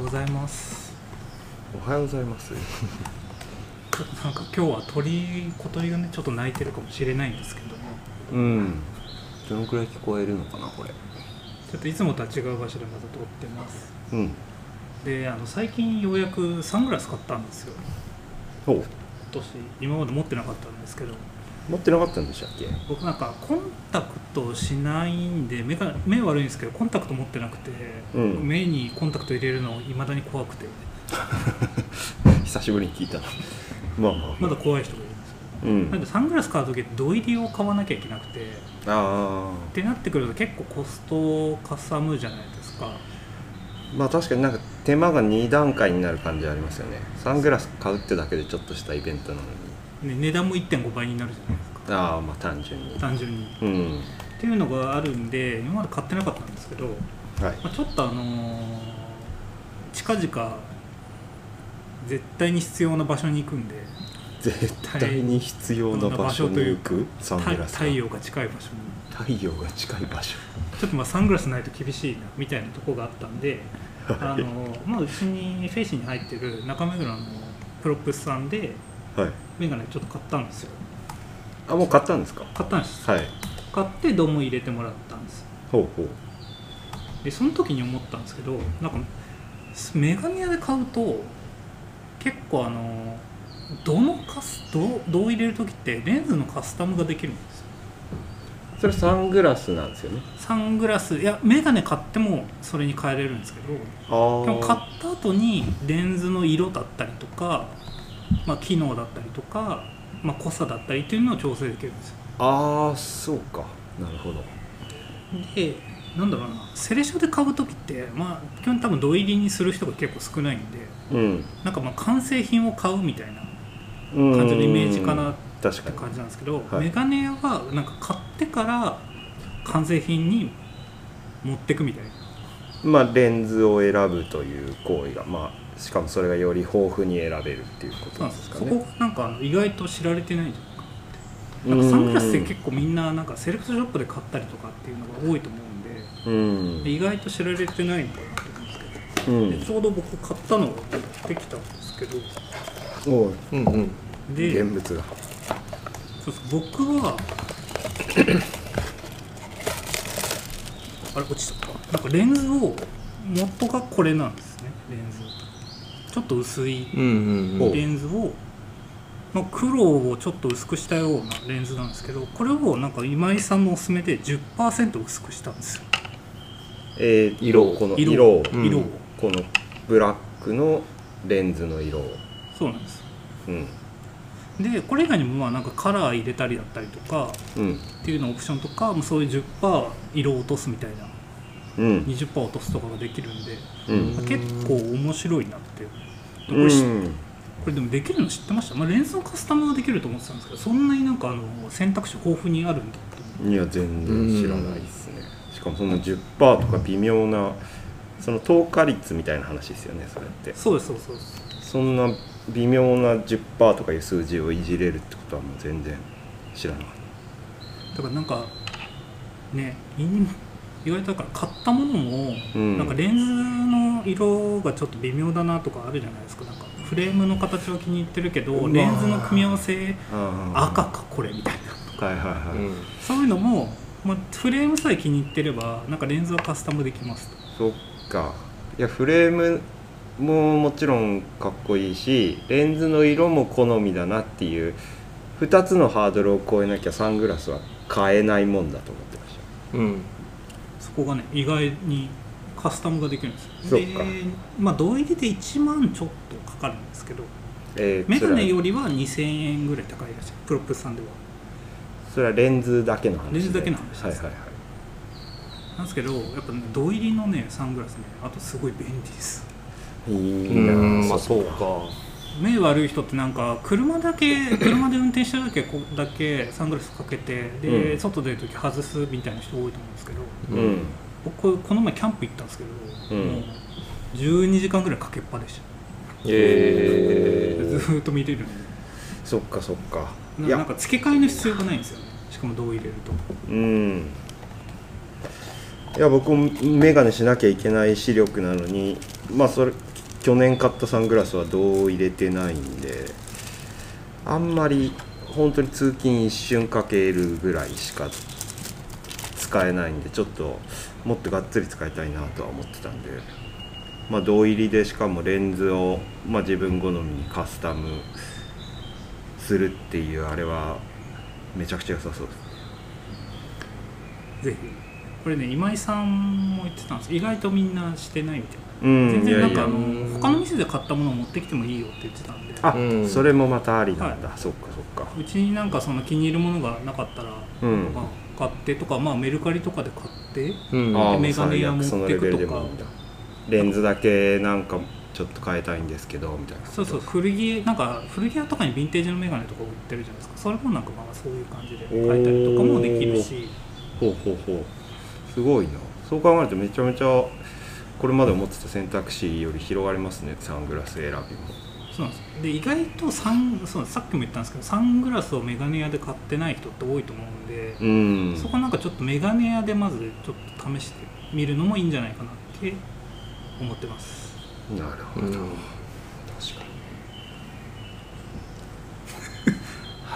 うございます。 おはようございます。 ちょっとなんか今日は小鳥がねちょっと鳴いてるかもしれないんですけども、 どのくらい聞こえるのかなこれ。 ちょっといつもとは違う場所でまた撮ってます。で最近ようやくサングラス買ったんですよ。 ほう。 今年今まで持ってなかったんですけど。 持ってなかったんでしたっけ？ 僕なんかコンタクトしないんで目悪いんですけど、コンタクト持ってなくて、目にコンタクト入れるの未だに怖くて久しぶりに聞いたな。 まだ怖い人がいるんですよ。なんでサングラス買う時土入りを買わなきゃいけなくて、ってなってくると結構コストかさむじゃないですか。 まあ確かになんか手間が2段階になる感じありますよね。サングラス買うってだけでちょっとしたイベントなのに、 値段も 1.5 倍になるじゃないですか。 まあ単純にっていうのがあるんで今まで買ってなかったんですけど、ちょっと近々絶対に必要な場所に行くんで。 絶対に必要な場所に行く。サングラス。 太陽が近い場所に。 太陽が近い場所。 ちょっとサングラスないと厳しいなみたいなとこがあったんで、うちにフェイシーに入ってる中目黒のプロップスさんでメガネちょっと買ったんですよ。 もう買ったんですか？ 買ったんです。買ってドーム入れてもらったんです。でその時に思ったんですけど、なんかメガネ屋で買うと結構銅を入れる時ってレンズのカスタムができるんですよ。 それサングラスなんですよね。 サングラス、いやメガネ買ってもそれに変えれるんですけど、でも買った後にレンズの色だったりとか、機能だったりとか、濃さだったりっていうのを調整できるんですよ。 そうか、なるほど。 でなんだろうな、セレショで買う時って基本多分土入りにする人が結構少ないんで、なんか完成品を買うみたいな感じのイメージかなって感じなんですけど、メガネ屋はなんか買ってから完成品に持ってくみたいな。レンズを選ぶという行為が、しかもそれがより豊富に選べるっていうことですかね。 そこがなんか意外と知られてないんじゃないかな。サングラスって結構みんななんかセレクトショップで買ったりとかっていうのが多いと思うんで、意外と知られてないんだなと思うんですけど、ちょうど僕買ったのができたんですけど、で現物が僕はあれ落ちちゃった。なんかレンズを元がこれなんですね。レンズちょっと薄いレンズを黒をちょっと薄くしたようなレンズなんですけど、これをなんか今井さんのおすすめで 10% 薄くしたんですよ。 色をこのブラックのレンズの色を。そうなんです。 でこれ以外にもなんかカラー入れたりだったりとかっていうのオプションとか、そういう 10% 色を落とすみたいな、20% 落とすとかができるんで、結構面白いなって。これでもできるの知ってました？レンズのカスタムができると思ってたんですけど、そんなになんか選択肢豊富にあるんだって。 いや全然知らないですね。しかもその 10% とか微妙なその透過率みたいな話ですよね、それって。 そうです。 そんな微妙な 10% とかいう数字をいじれるってことはもう全然知らなかった。 だからなんかね、意外とだから買ったものも、なんかレンズの色がちょっと微妙だなとかあるじゃないですか。なんかフレームの形は気に入ってるけど、レンズの組み合わせ赤かこれみたいなとか、そういうのも、フレームさえ気に入ってればなんかレンズはカスタムできますと。 そっか。いやフレームももちろんかっこいいし、レンズの色も好みだなっていう2つのハードルを超えなきゃサングラスは買えないもんだと思ってました。 そこがね意外にカスタムができるんですよ。で同入りで1万ちょっとかかるんですけど、メガネよりは2000円ぐらい高いらしい、プロップスさんでは。それはレンズだけの話。 レンズだけの話です。なんですけど、やっぱ土入りのねサングラスね、あとすごい便利です。 そうか。 目悪い人ってなんか車で運転してる時だけサングラスかけて、で外出る時外すみたいな人多いと思うんですけど、僕この前キャンプ行ったんですけど、もう12時間ぐらいかけっぱでした。ずっと見れるんで。 そっか。 なんか付け替えの必要がないんですよね。しかも銅を入れると。 いや僕もメガネしなきゃいけない視力なのにまあそれ去年買ったサングラスは銅入れてないんで、あんまり本当に通勤一瞬かけるぐらいしか使えないんで、ちょっともっとがっつり使いたいなとは思ってたんで、まあ銅入りで、しかもレンズを、まあ、自分好みにカスタムするっていうあれはめちゃくちゃ良さそうです。 ぜひこれね、今井さんも言ってたんです。意外とみんなしてないみたいな。全然なんか他の店で買ったものを持ってきてもいいよって言ってたんで、 あ、それもまたありなんだ、はい、そっかそっか。 うちになんかその気に入るものがなかったら、まあ、買ってとか、まあ、メルカリとかで買って、メガネ屋持ってくとか、 レンズだけなんかちょっと変えたいんですけどみたいな。 そうそう、古着屋とかにヴィンテージのメガネとか売ってるじゃないですか。それもなんかまあそういう感じで変えたりとかもできるし。 ほうほうほう、すごいな。そう考えるとめちゃめちゃこれまで思ってた選択肢より広がりますね、サングラス選びも。 そうなんです。で意外とさっきも言ったんですけど、サングラスをメガネ屋で買ってない人って多いと思うんで、そこなんかちょっとメガネ屋でまずちょっと試してみるのもいいんじゃないかなって思ってます。 なるほど、確かにはい。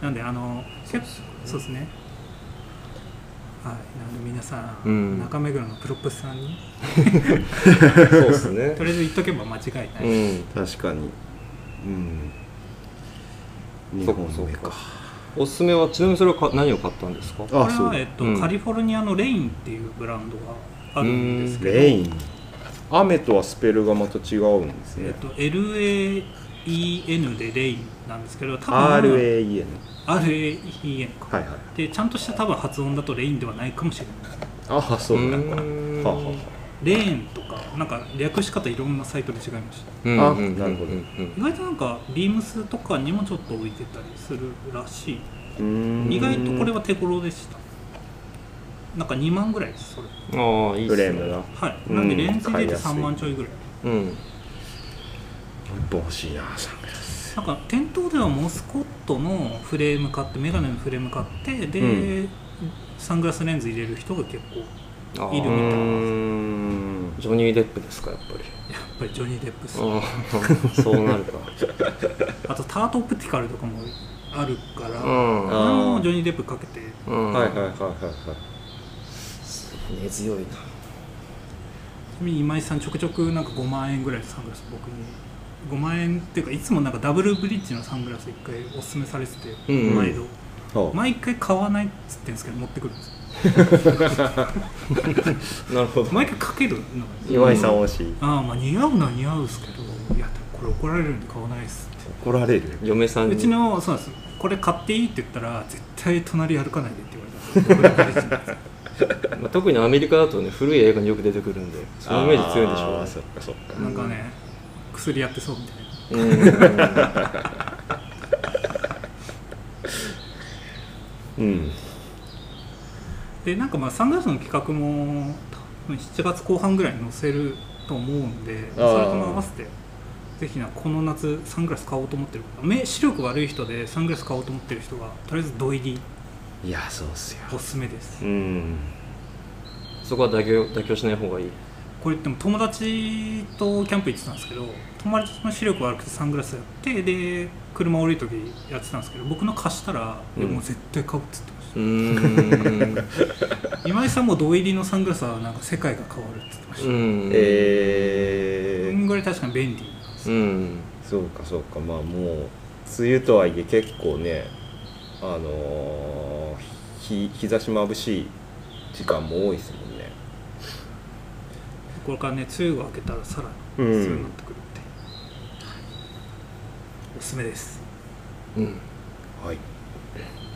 なんでそうですね。はい、なんで皆さん、中目黒のプロップスさんにそうですね。 とりあえず言っとけば間違いない。 確かに。 2本目か。おすすめはちなみにそれは何を買ったんですか？ これは、カリフォルニアのレインっていうブランドがあるんですけど、 レイン、雨とはスペルがまた違うんですね。 LAEN でレインなんですけど、多分 RAEN か、はいはい、でちゃんとした多分発音だとレインではないかもしれない。 ああ、そうなんだ。 レーンとかなんか略し方いろんなサイトで違いました。 なるほど。 意外となんかビームスとかにもちょっと置いてたりするらしい。意外とこれは手頃でした。なんか2万ぐらいです。それ。 ああ、いいですね。 フレームが。 はい。なんでレンズ入れて3万ちょいぐらい。 1本欲しいな、サングラス。 なんか店頭ではモスコットのフレーム買って、メガネのフレーム買ってで、サングラスレンズ入れる人が結構いるみたいな。 ジョニー・デップですか、やっぱりジョニー・デップス。 そうなるか。 あとタートオプティカルとかもあるから、もジョニー・デップかけて。 根強いな。 ちなみに今井さんちょくちょくなんか5万円ぐらいのサングラス僕に5万円っていうか、いつもなんかダブルブリッジのサングラス1回おすすめされてて、毎回買わないっつってんですけど持ってくるんですよ。 なるほど。 毎回かけるの。 岩井さん惜しい。 まあ似合うのは似合うですけど、いやこれ怒られるんで買わないですって。 怒られる？ 嫁さんに。 うちのそうなんです。これ買っていいって言ったら絶対隣歩かないでって言われた。 特にアメリカだとね、古い映画によく出てくるんで、そのイメージ強いんでしょうね。 そっかそっか。 なんかね、薬やってそうみたいな。でなんかまあサングラスの企画も多分7月後半ぐらいに載せると思うんで、それとも合わせてぜひこの夏サングラス買おうと思ってる方、視力悪い人でサングラス買おうと思ってる人はとりあえずドイリー、 いやそうっすよ、 おすすめです。 そこは妥協しない方がいい。 これでも友達とキャンプ行ってたんですけど、友達の視力悪くてサングラスやってで車降りる時やってたんですけど、僕の貸したら、もう絶対買うっつってました。今井さんも同入りのサングラスはなんか世界が変わるって言ってました。ぐらい確かに便利なんです。 そうかそうか。まあもう梅雨とはいえ結構ね、日差し眩しい時間も多いですもんね。 これからね、梅雨が明けたらさらに梅雨になってくるんで、おすすめです。 はい。